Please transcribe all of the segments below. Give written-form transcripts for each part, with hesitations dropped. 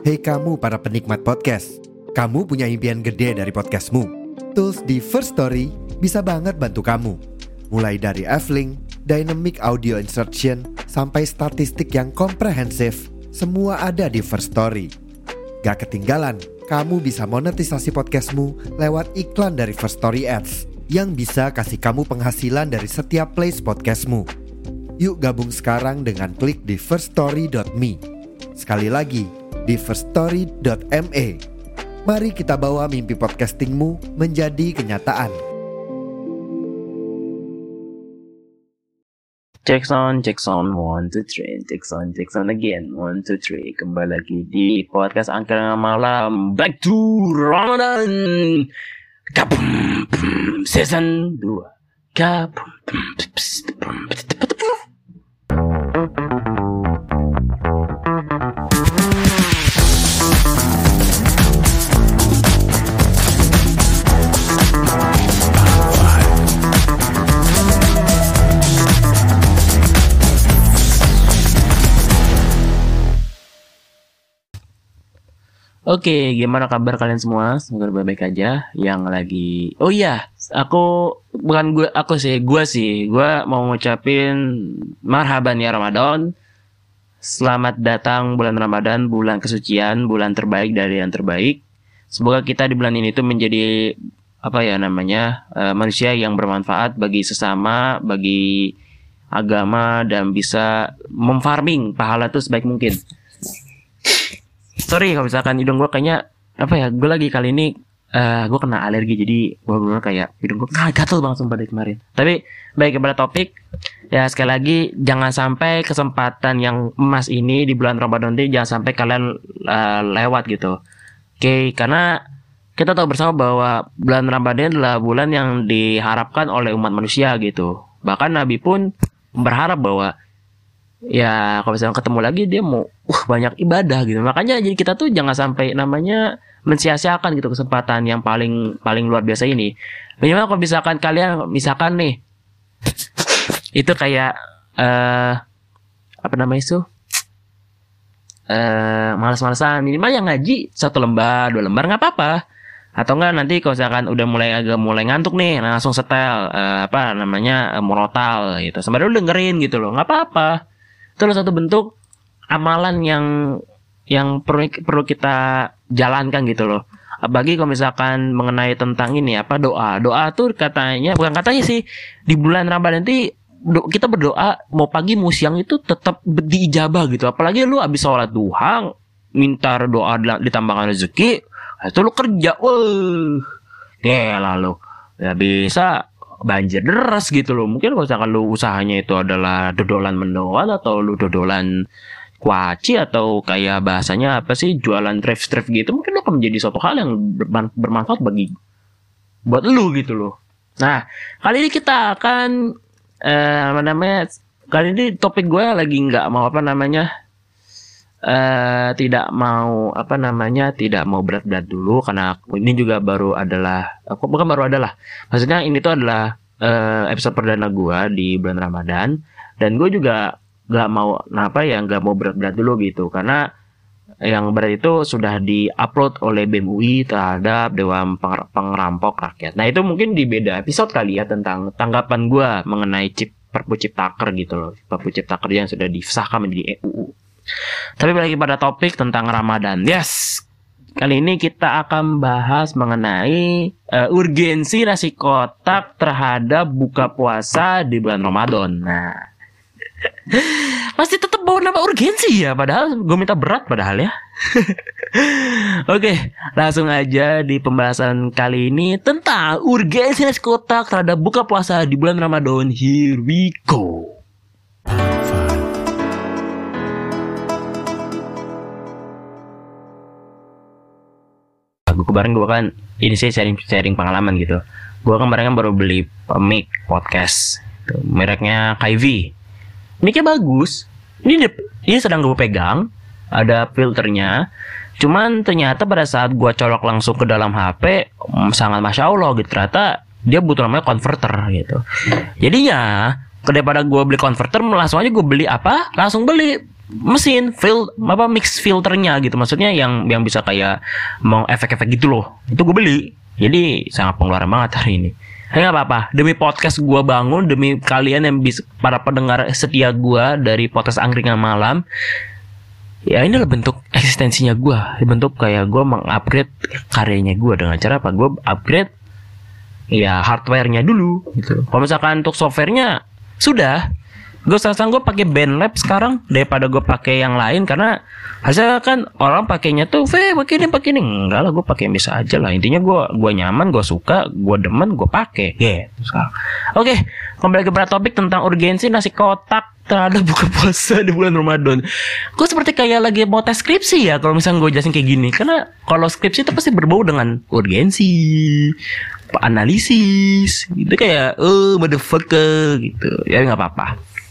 Hei kamu para penikmat podcast, kamu punya impian gede dari podcastmu. Tools di First Story bisa banget bantu kamu. Mulai dari F-Link, Dynamic Audio Insertion, sampai statistik yang komprehensif, semua ada di First Story. Gak ketinggalan, kamu bisa monetisasi podcastmu lewat iklan dari First Story Ads yang bisa kasih kamu penghasilan dari setiap plays podcastmu. Yuk gabung sekarang dengan klik di firststory.me. Sekali lagi, di firststory.me. Mari kita bawa mimpi podcastingmu menjadi kenyataan. Check sound, 1, 2, 3, check sound again, 1, 2, 3. Kembali lagi di podcast Angkringan Malam, Back to Ramadan, Kabum, Season 2. Kabum, Oke, gimana kabar kalian semua? Semoga baik-baik aja. Yang lagi, oh iya, gue mau ngucapin marhaban ya Ramadan. Selamat datang bulan Ramadan, bulan kesucian, bulan terbaik dari yang terbaik. Semoga kita di bulan ini tuh menjadi manusia yang bermanfaat bagi sesama, bagi agama, dan bisa memfarming pahala tuh sebaik mungkin. Sorry kalau misalkan hidung gue kayaknya gue lagi kali ini gue kena alergi, jadi gue bener kayak hidung gue gatel banget sumpah dari kemarin. Tapi baik, kepada topik ya, sekali lagi jangan sampai kesempatan yang emas ini di bulan Ramadan ini jangan sampai kalian lewat gitu. Oke, karena kita tahu bersama bahwa bulan Ramadan adalah bulan yang diharapkan oleh umat manusia gitu. Bahkan Nabi pun berharap bahwa ya kalau misalnya ketemu lagi dia mau banyak ibadah gitu. Makanya jadi kita tuh jangan sampai mensia-siakan gitu kesempatan yang paling luar biasa ini. Minimal kalau misalkan kalian nih itu kayak malas-malasan, minimal yang ngaji 1 lembar 2 lembar nggak apa-apa. Atau enggak nanti kalau misalkan udah mulai ngantuk nih, langsung setel murotal gitu sambil lu dengerin gitu loh, nggak apa-apa. Itu satu bentuk amalan yang perlu kita jalankan gitu loh. Bagi kalau misalkan mengenai tentang ini doa tuh bukan katanya sih, di bulan Ramadan nanti kita berdoa mau pagi mau siang itu tetap diijabah gitu. Apalagi lu abis sholat duha minta doa ditambahkan rezeki, itu lu kerja, lalu ya bisa banjir deras gitu loh. Mungkin kalau misalkan lu usahanya itu adalah dodolan mendoan, atau lu dodolan kuaci, atau kayak bahasanya jualan thrift gitu, mungkin lu akan menjadi suatu hal yang bermanfaat buat lu gitu loh. Nah, kali ini kita akan kali ini topik gue lagi nggak mau tidak mau berat-berat dulu, karena ini juga maksudnya ini tuh adalah episode perdana gue di bulan Ramadan, dan gue juga nggak mau berat-berat dulu gitu, karena yang berat itu sudah di-upload oleh BEM UI terhadap Dewan Pengerampok Rakyat. Nah itu mungkin di beda episode kali ya, tentang tanggapan gue mengenai Perpu Ciptaker gitu loh, Perpu Ciptaker yang sudah disahkan menjadi EUU. Tapi balik pada topik tentang Ramadan. Yes, kali ini kita akan bahas mengenai urgensi nasi kotak terhadap buka puasa di bulan Ramadan. Nah, pasti tetap bawa nama urgensi ya, padahal gue minta berat padahal ya. Oke, langsung aja di pembahasan kali ini tentang urgensi nasi kotak terhadap buka puasa di bulan Ramadan. Here we go. Kemarin gue kan ini sih sharing pengalaman gitu. Gue kemarin baru beli mic podcast, mereknya KV. Micnya bagus. Ini sedang gue pegang, ada filternya. Cuman ternyata pada saat gue colok langsung ke dalam HP, sangat masya Allah gitu. Ternyata dia butuh namanya converter gitu. Jadinya daripada gue beli converter, langsung aja gue beli langsung beli mesin mix filternya gitu, maksudnya yang bisa kayak mau efek-efek gitu loh. Itu gue beli. Jadi sangat pengeluaran banget hari ini. Nggak apa-apa, demi podcast gue bangun, demi kalian yang bisa, para pendengar setia gue dari podcast Angkringan Malam. Ya ini adalah bentuk eksistensinya gue, bentuk kayak gue mengupgrade karyanya gue dengan cara apa? Gue upgrade ya hardware-nya dulu gitu. Kalau misalkan untuk software-nya sudah, gue sekarang gue pakai BandLab sekarang daripada gue pakai yang lain, karena hasilnya kan orang pakainya tuh pakai ini enggak lah, gue pakai yang biasa aja lah. Intinya gue nyaman, gue suka, gue demen, gue pakai gitu sekarang. Oke, kembali ke topik tentang urgensi nasi kotak terhadap buka puasa di bulan Ramadan. Gue seperti kayak lagi mau tes skripsi ya kalau misalnya gue jelasin kayak gini, karena kalau skripsi itu pasti berbau dengan urgensi, analisis gitu, kayak motherfucker gitu. Ya nggak apa-apa.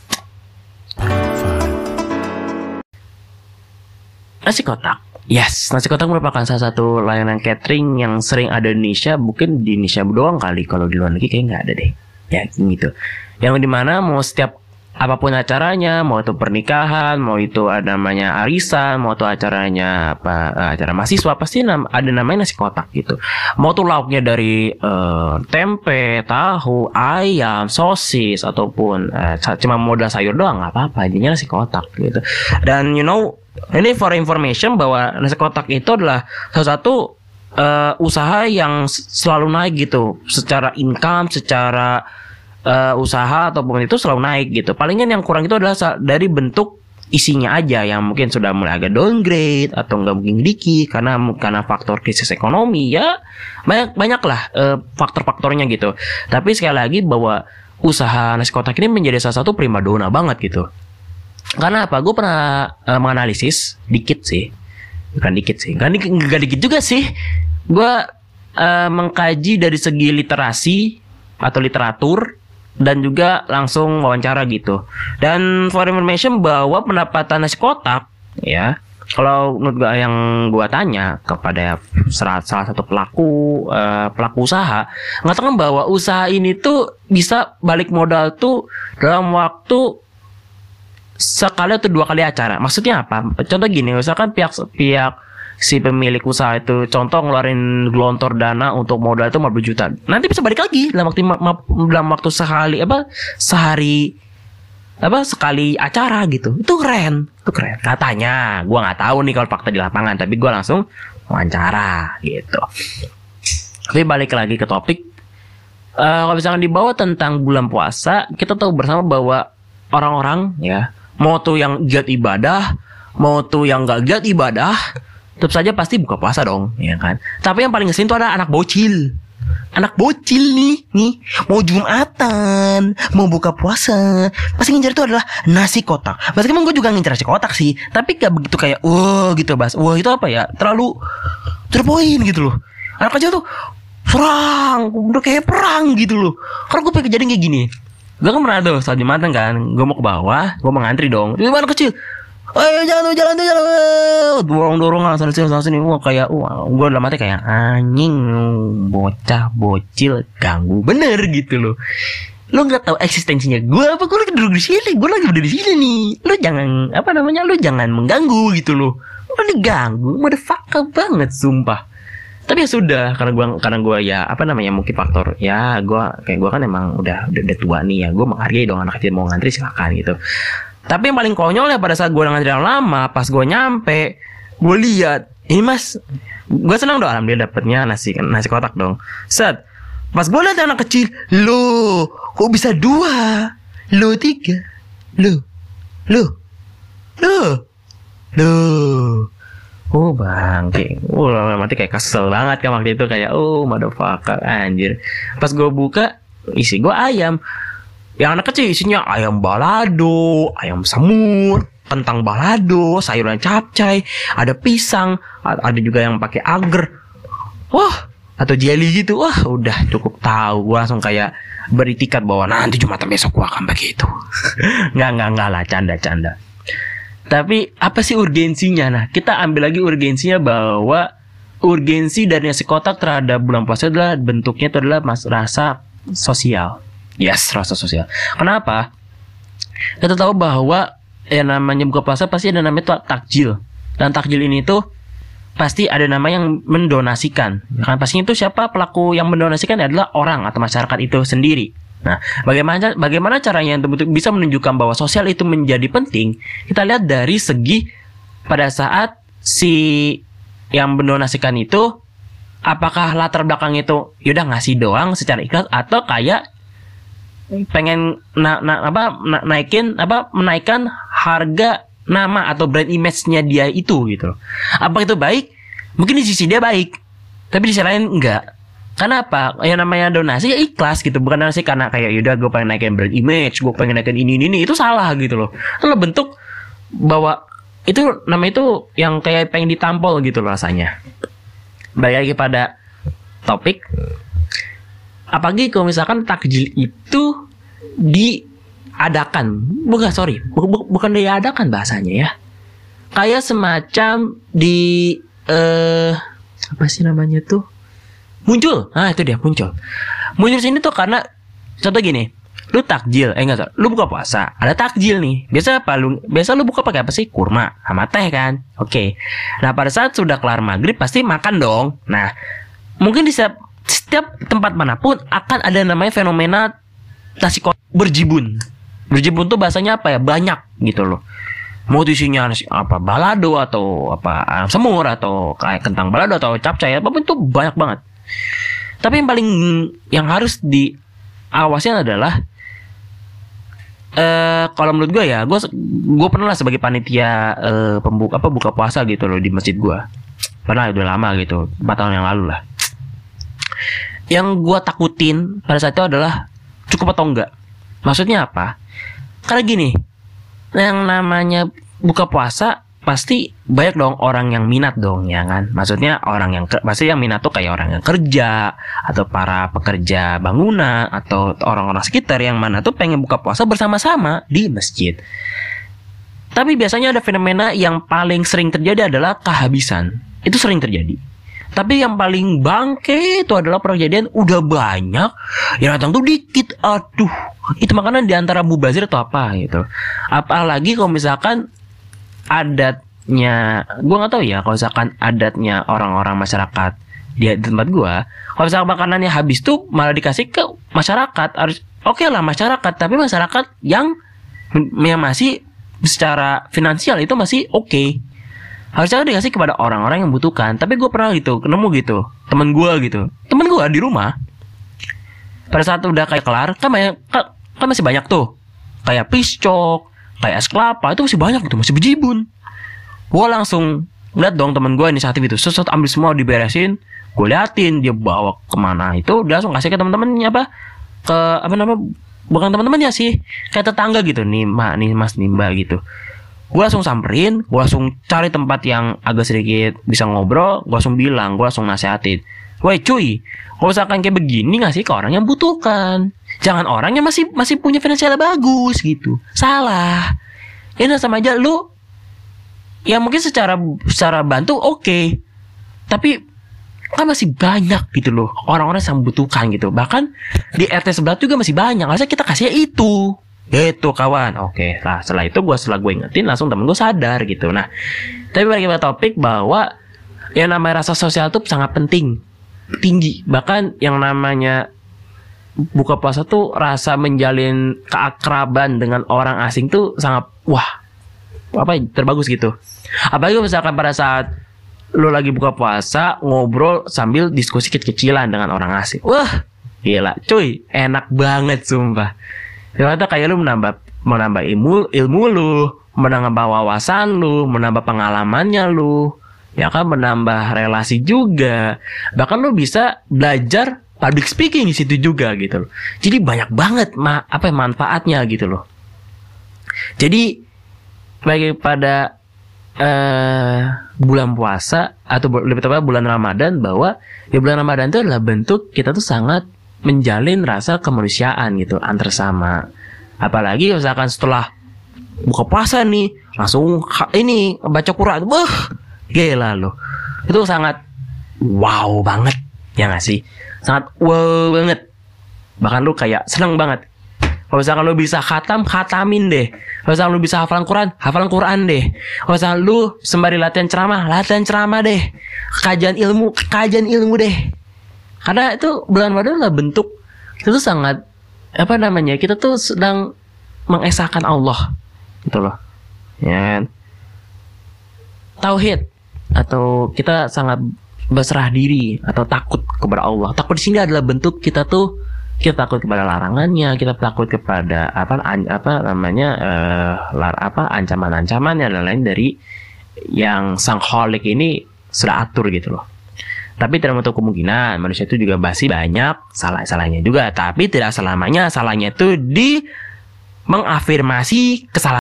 Nasi kotak. Yes, nasi kotak merupakan salah satu layanan catering yang sering ada di Indonesia. Mungkin di Indonesia doang kali, kalau di luar negeri kayaknya nggak ada deh. Ya gitu. Yang dimana mau setiap apapun acaranya, mau itu pernikahan, mau itu ada namanya arisan, mau itu acaranya acara mahasiswa, pasti ada namanya nasi kotak gitu. Mau tuh lauknya dari tempe, tahu, ayam, sosis, ataupun cuma modal sayur doang, nggak apa-apa, intinya nasi kotak gitu. Dan ini for information bahwa nasi kotak itu adalah salah satu usaha yang selalu naik gitu, secara income, secara usaha ataupun itu selalu naik gitu. Palingan yang kurang itu adalah dari bentuk isinya aja yang mungkin sudah mulai agak downgrade atau nggak mungkin dikit karena faktor krisis ekonomi. Ya banyak lah faktor-faktornya gitu. Tapi sekali lagi bahwa usaha nasi kotak ini menjadi salah satu primadona banget gitu. Karena apa? Gue pernah menganalisis dikit sih, bukan dikit sih, nggak dikit juga sih. Gue mengkaji dari segi literasi atau literatur, dan juga langsung wawancara gitu. Dan for information bahwa pendapatan nasi kotak ya, kalau menurut gue yang gue tanya kepada salah satu pelaku usaha, mengatakan bahwa usaha ini tuh bisa balik modal tuh dalam waktu sekali atau 2 kali acara. Maksudnya apa? Contoh gini, misalkan pihak si pemilik usaha itu contoh ngeluarin gelontor dana untuk modal itu 50 juta. Nanti bisa balik lagi dalam waktu sekali acara gitu. Itu keren. Katanya, gua nggak tahu nih kalau fakta di lapangan, tapi gua langsung wawancara gitu. Tapi balik lagi ke topik, kalau misalkan dibawa tentang bulan puasa, kita tahu bersama bahwa orang-orang ya, mau tuh yang giat ibadah, mau tuh yang nggak giat ibadah, tetap saja pasti buka puasa dong, ya kan? Tapi yang paling ngeselin tuh ada anak bocil. Anak bocil nih mau Jumatan, mau buka puasa, pasti ngincar itu adalah nasi kotak. Meskipun gue juga ngincar nasi kotak sih, tapi gak begitu kayak gitu Bas. Itu apa ya? Terlalu terpoin gitu loh. Anak kecil tuh serang, udah kayak perang gitu loh. Karena gue pengen kejadian kayak gini. Gue kan pernah tuh saat Jumatan kan, gue mau ke bawah, gue mau ngantri dong. Di anak kecil, ayo jalan, dorong sana sini. Wah kayak, gue dalam hati kayak anjing, bocah bocil ganggu bener gitu loh. Lo nggak tahu eksistensinya gue apa? Gue lagi duduk di sini, gue lagi berdiri di sini nih. Lo jangan lo jangan mengganggu gitu loh. Lo diganggu, motherfucker banget sumpah. Tapi ya sudah, karena gue ya mungkin faktor ya gue kan emang udah tua nih ya, gue menghargai dong anak kecil mau ngantri silakan gitu. Tapi yang paling konyol ya pada saat gue ngantri lama, pas gue nyampe, gue lihat, ini mas, gue senang dong alhamdulillah dapetnya nasi kotak dong. Set, pas gue lihat anak kecil, lo kok bisa 2, lo 3, lo. Oh bangke, mati kayak kesel banget kan waktu itu, kayak motherfucker anjir. Pas gue buka, isi gue ayam. Yang anak kecil isinya ayam balado, ayam semur, kentang balado, sayuran capcay, ada pisang, ada juga yang pakai agar. Wah, atau jelly gitu. Wah, udah cukup tahu. Gue langsung kayak beritikat bahwa nanti Jumatan besok gue akan begitu. Nggak lah, canda. Tapi apa sih urgensinya? Nah, kita ambil lagi urgensinya, bahwa urgensi dari nasi kotak terhadap bulan puasa adalah bentuknya itu adalah rasa sosial. Yes, rasa sosial. Kenapa? Kita tahu bahwa yang namanya buka puasa pasti ada namanya tuh takjil. Dan takjil ini tuh pasti ada nama yang mendonasikan. Ya kan pastinya itu siapa pelaku yang mendonasikan adalah orang atau masyarakat itu sendiri. Nah, bagaimana caranya untuk bisa menunjukkan bahwa sosial itu menjadi penting? Kita lihat dari segi pada saat si yang mendonasikan itu apakah latar belakang itu yaudah ngasih doang secara ikhlas atau kayak pengen menaikkan harga nama atau brand image-nya dia itu gitu. Apa itu baik? Mungkin di sisi dia baik, tapi di sisi lain enggak. Karena apa? Yang namanya donasi ya ikhlas gitu, bukan donasi karena kayak yaudah gue pengen naikin brand image, gue pengen naikin ini itu salah gitu loh. Itu lo bentuk bahwa itu nama itu yang kayak pengen ditampol gitu loh rasanya. Balik lagi pada topik. Apalagi kalau misalkan takjil itu diadakan, bukan diadakan bahasanya ya, kayak semacam di apa sih namanya tuh muncul. Nah itu dia muncul sini tuh karena contoh gini, lu takjil lu buka puasa ada takjil nih, biasa lu buka pakai apa sih? Kurma sama teh kan. Oke. Nah pada saat sudah kelar maghrib pasti makan dong. Nah mungkin di setiap tempat manapun akan ada namanya fenomena nasi kotak berjibun tuh bahasanya apa ya, banyak gitu loh. Mau isinya apa balado atau apa ayam semur atau kayak kentang balado atau capcay apapun tuh banyak banget. Tapi yang harus diawasin adalah kalau menurut gue ya, gue pernah lah sebagai panitia buka puasa gitu loh di masjid gue. Pernah, udah lama gitu, 4 tahun yang lalu lah. Yang gue takutin pada saat itu adalah cukup atau enggak. Maksudnya apa? Karena gini, yang namanya buka puasa pasti banyak dong orang yang minat dong ya kan. Maksudnya pasti yang minat tuh kayak orang yang kerja atau para pekerja bangunan atau orang-orang sekitar yang mana tuh pengen buka puasa bersama-sama di masjid. Tapi biasanya ada fenomena yang paling sering terjadi adalah kehabisan. Itu sering terjadi. Tapi yang paling bangke itu adalah perkejadian udah banyak, yang datang tuh dikit. Aduh, itu makanan diantara mubazir atau apa gitu. Apalagi kalau misalkan adatnya, gue nggak tahu ya. Kalau misalkan adatnya orang-orang masyarakat di tempat gue, kalau misalkan makanannya habis tuh malah dikasih ke masyarakat. Harus oke lah masyarakat, tapi masyarakat yang masih secara finansial itu masih oke. Harusnya dikasih kepada orang-orang yang membutuhkan. Tapi gue pernah ketemu temen gue di rumah. Pada saat udah kayak kelar, kan masih banyak tuh, kayak piscok, kayak es kelapa, itu masih banyak gitu, masih berjibun. Gue langsung lihat dong temen gue inisiatif itu, ambil semua diberesin. Gue liatin dia bawa kemana itu, dia langsung kasih ke teman-temannya bukan teman-temannya sih, kayak tetangga gitu. Nih mas nih mbak gitu. Gue langsung samperin, gue langsung cari tempat yang agak sedikit bisa ngobrol, gue langsung bilang, gue langsung nasehatin, woi cuy, kalau misalkan kayak begini ngasih ke orang yang butuhkan, jangan orang yang masih punya finansial bagus gitu. Salah. Ini sama aja lu, ya mungkin secara bantu oke, tapi kan masih banyak gitu loh orang-orang yang membutuhkan gitu. Bahkan di RT sebelah juga masih banyak, harusnya kita kasih itu. Gitu kawan. Oke lah, setelah gue ingetin, langsung temen gue sadar gitu. Nah, tapi balik ke topik bahwa yang namanya rasa sosial itu sangat tinggi. Bahkan yang namanya buka puasa tuh rasa menjalin keakraban dengan orang asing tuh sangat terbagus gitu. Apalagi misalkan pada saat lo lagi buka puasa ngobrol sambil diskusi kecil-kecilan dengan orang asing. Wah, gila cuy, enak banget sumpah. Ternyata kayak lu menambah ilmu lu, menambah wawasan lu, menambah pengalamannya lu, ya kan, menambah relasi juga. Bahkan lu bisa belajar public speaking di situ juga gitu loh. Jadi banyak banget manfaatnya gitu loh. Jadi bagi pada bulan puasa atau lebih tepat bulan Ramadan, bahwa ya bulan Ramadan itu adalah bentuk kita tuh sangat menjalin rasa kemanusiaan gitu antar sama. Apalagi misalkan setelah buka puasa nih langsung baca Quran, gila loh. Itu sangat wow banget, ya nggak sih? Sangat wow banget. Bahkan lu kayak seneng banget. Kalau misalkan lu bisa khatamin deh. Kalau misalkan lu bisa hafalan Quran deh. Kalau misalkan lu sembari latihan ceramah deh. Kajian ilmu deh. Karena itu bulan Ramadan adalah bentuk kita tuh sangat kita tuh sedang mengesahkan Allah gitu loh. Ya kan? Tauhid atau kita sangat berserah diri atau takut kepada Allah. Takut di sini adalah bentuk kita takut kepada larangannya, kita takut kepada ancaman-ancamannya dan lain dari yang sang Khalik ini sudah atur gitu loh. Tapi tidak menutup kemungkinan manusia itu juga masih banyak salahnya juga. Tapi tidak selamanya salahnya itu di mengafirmasi kesalahan.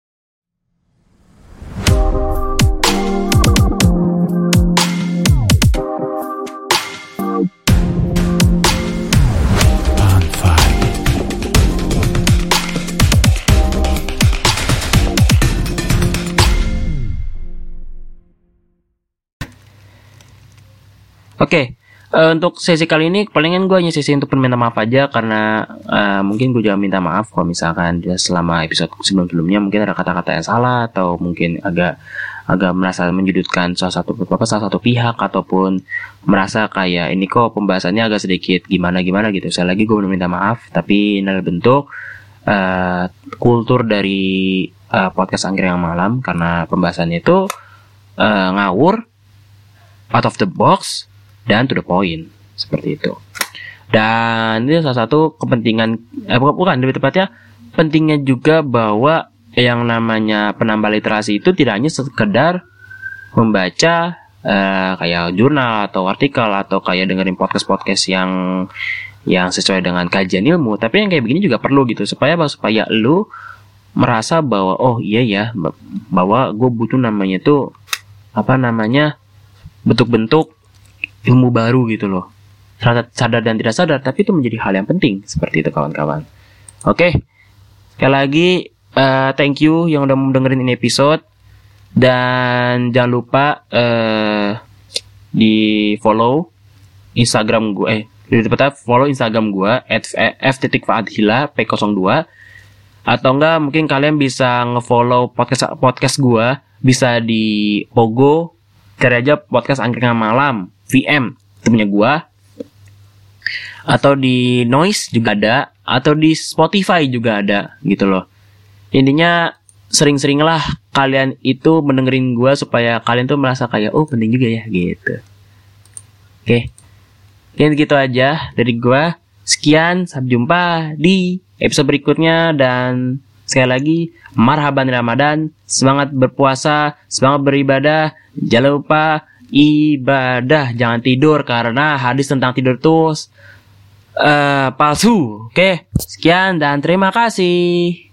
Oke, untuk sesi kali ini palingan gue hanya sesi untuk minta maaf aja karena mungkin gue juga minta maaf kalau misalkan selama episode sebelum-sebelumnya mungkin ada kata-kata yang salah atau mungkin agak merasa menyudutkan salah satu pihak ataupun merasa kayak ini kok pembahasannya agak sedikit gimana gitu. Sekali lagi gue minta maaf, tapi ini adalah bentuk kultur dari podcast Angkringan Malam karena pembahasannya itu ngawur, out of the box, dan to the point seperti itu. Dan ini salah satu kepentingan lebih tepatnya pentingnya juga bahwa yang namanya penambah literasi itu tidak hanya sekedar membaca kayak jurnal atau artikel atau kayak dengerin podcast yang sesuai dengan kajian ilmu, tapi yang kayak begini juga perlu gitu supaya lu merasa bahwa oh iya ya bahwa gue butuh namanya tuh bentuk-bentuk ilmu baru gitu loh. Sadar dan tidak sadar, tapi itu menjadi hal yang penting seperti itu kawan-kawan. Oke. Sekali lagi thank you yang udah dengerin ini episode dan jangan lupa di follow Instagram gue follow Instagram gue @f.fadhila p02 atau enggak mungkin kalian bisa ngefollow podcast gue bisa di Pogo, cari aja podcast Angkringan Malam VM, itu punya gua. Atau di Noise juga ada, atau di Spotify juga ada gitu loh. Intinya sering-seringlah kalian itu mendengerin gua supaya kalian tuh merasa kayak oh penting juga ya gitu. Oke. Mungkin gitu aja dari gua. Sekian, sampai jumpa di episode berikutnya dan sekali lagi marhaban Ramadan, semangat berpuasa, semangat beribadah. Jangan lupa ibadah, jangan tidur karena hadis tentang tidur itu palsu. Oke, sekian dan terima kasih.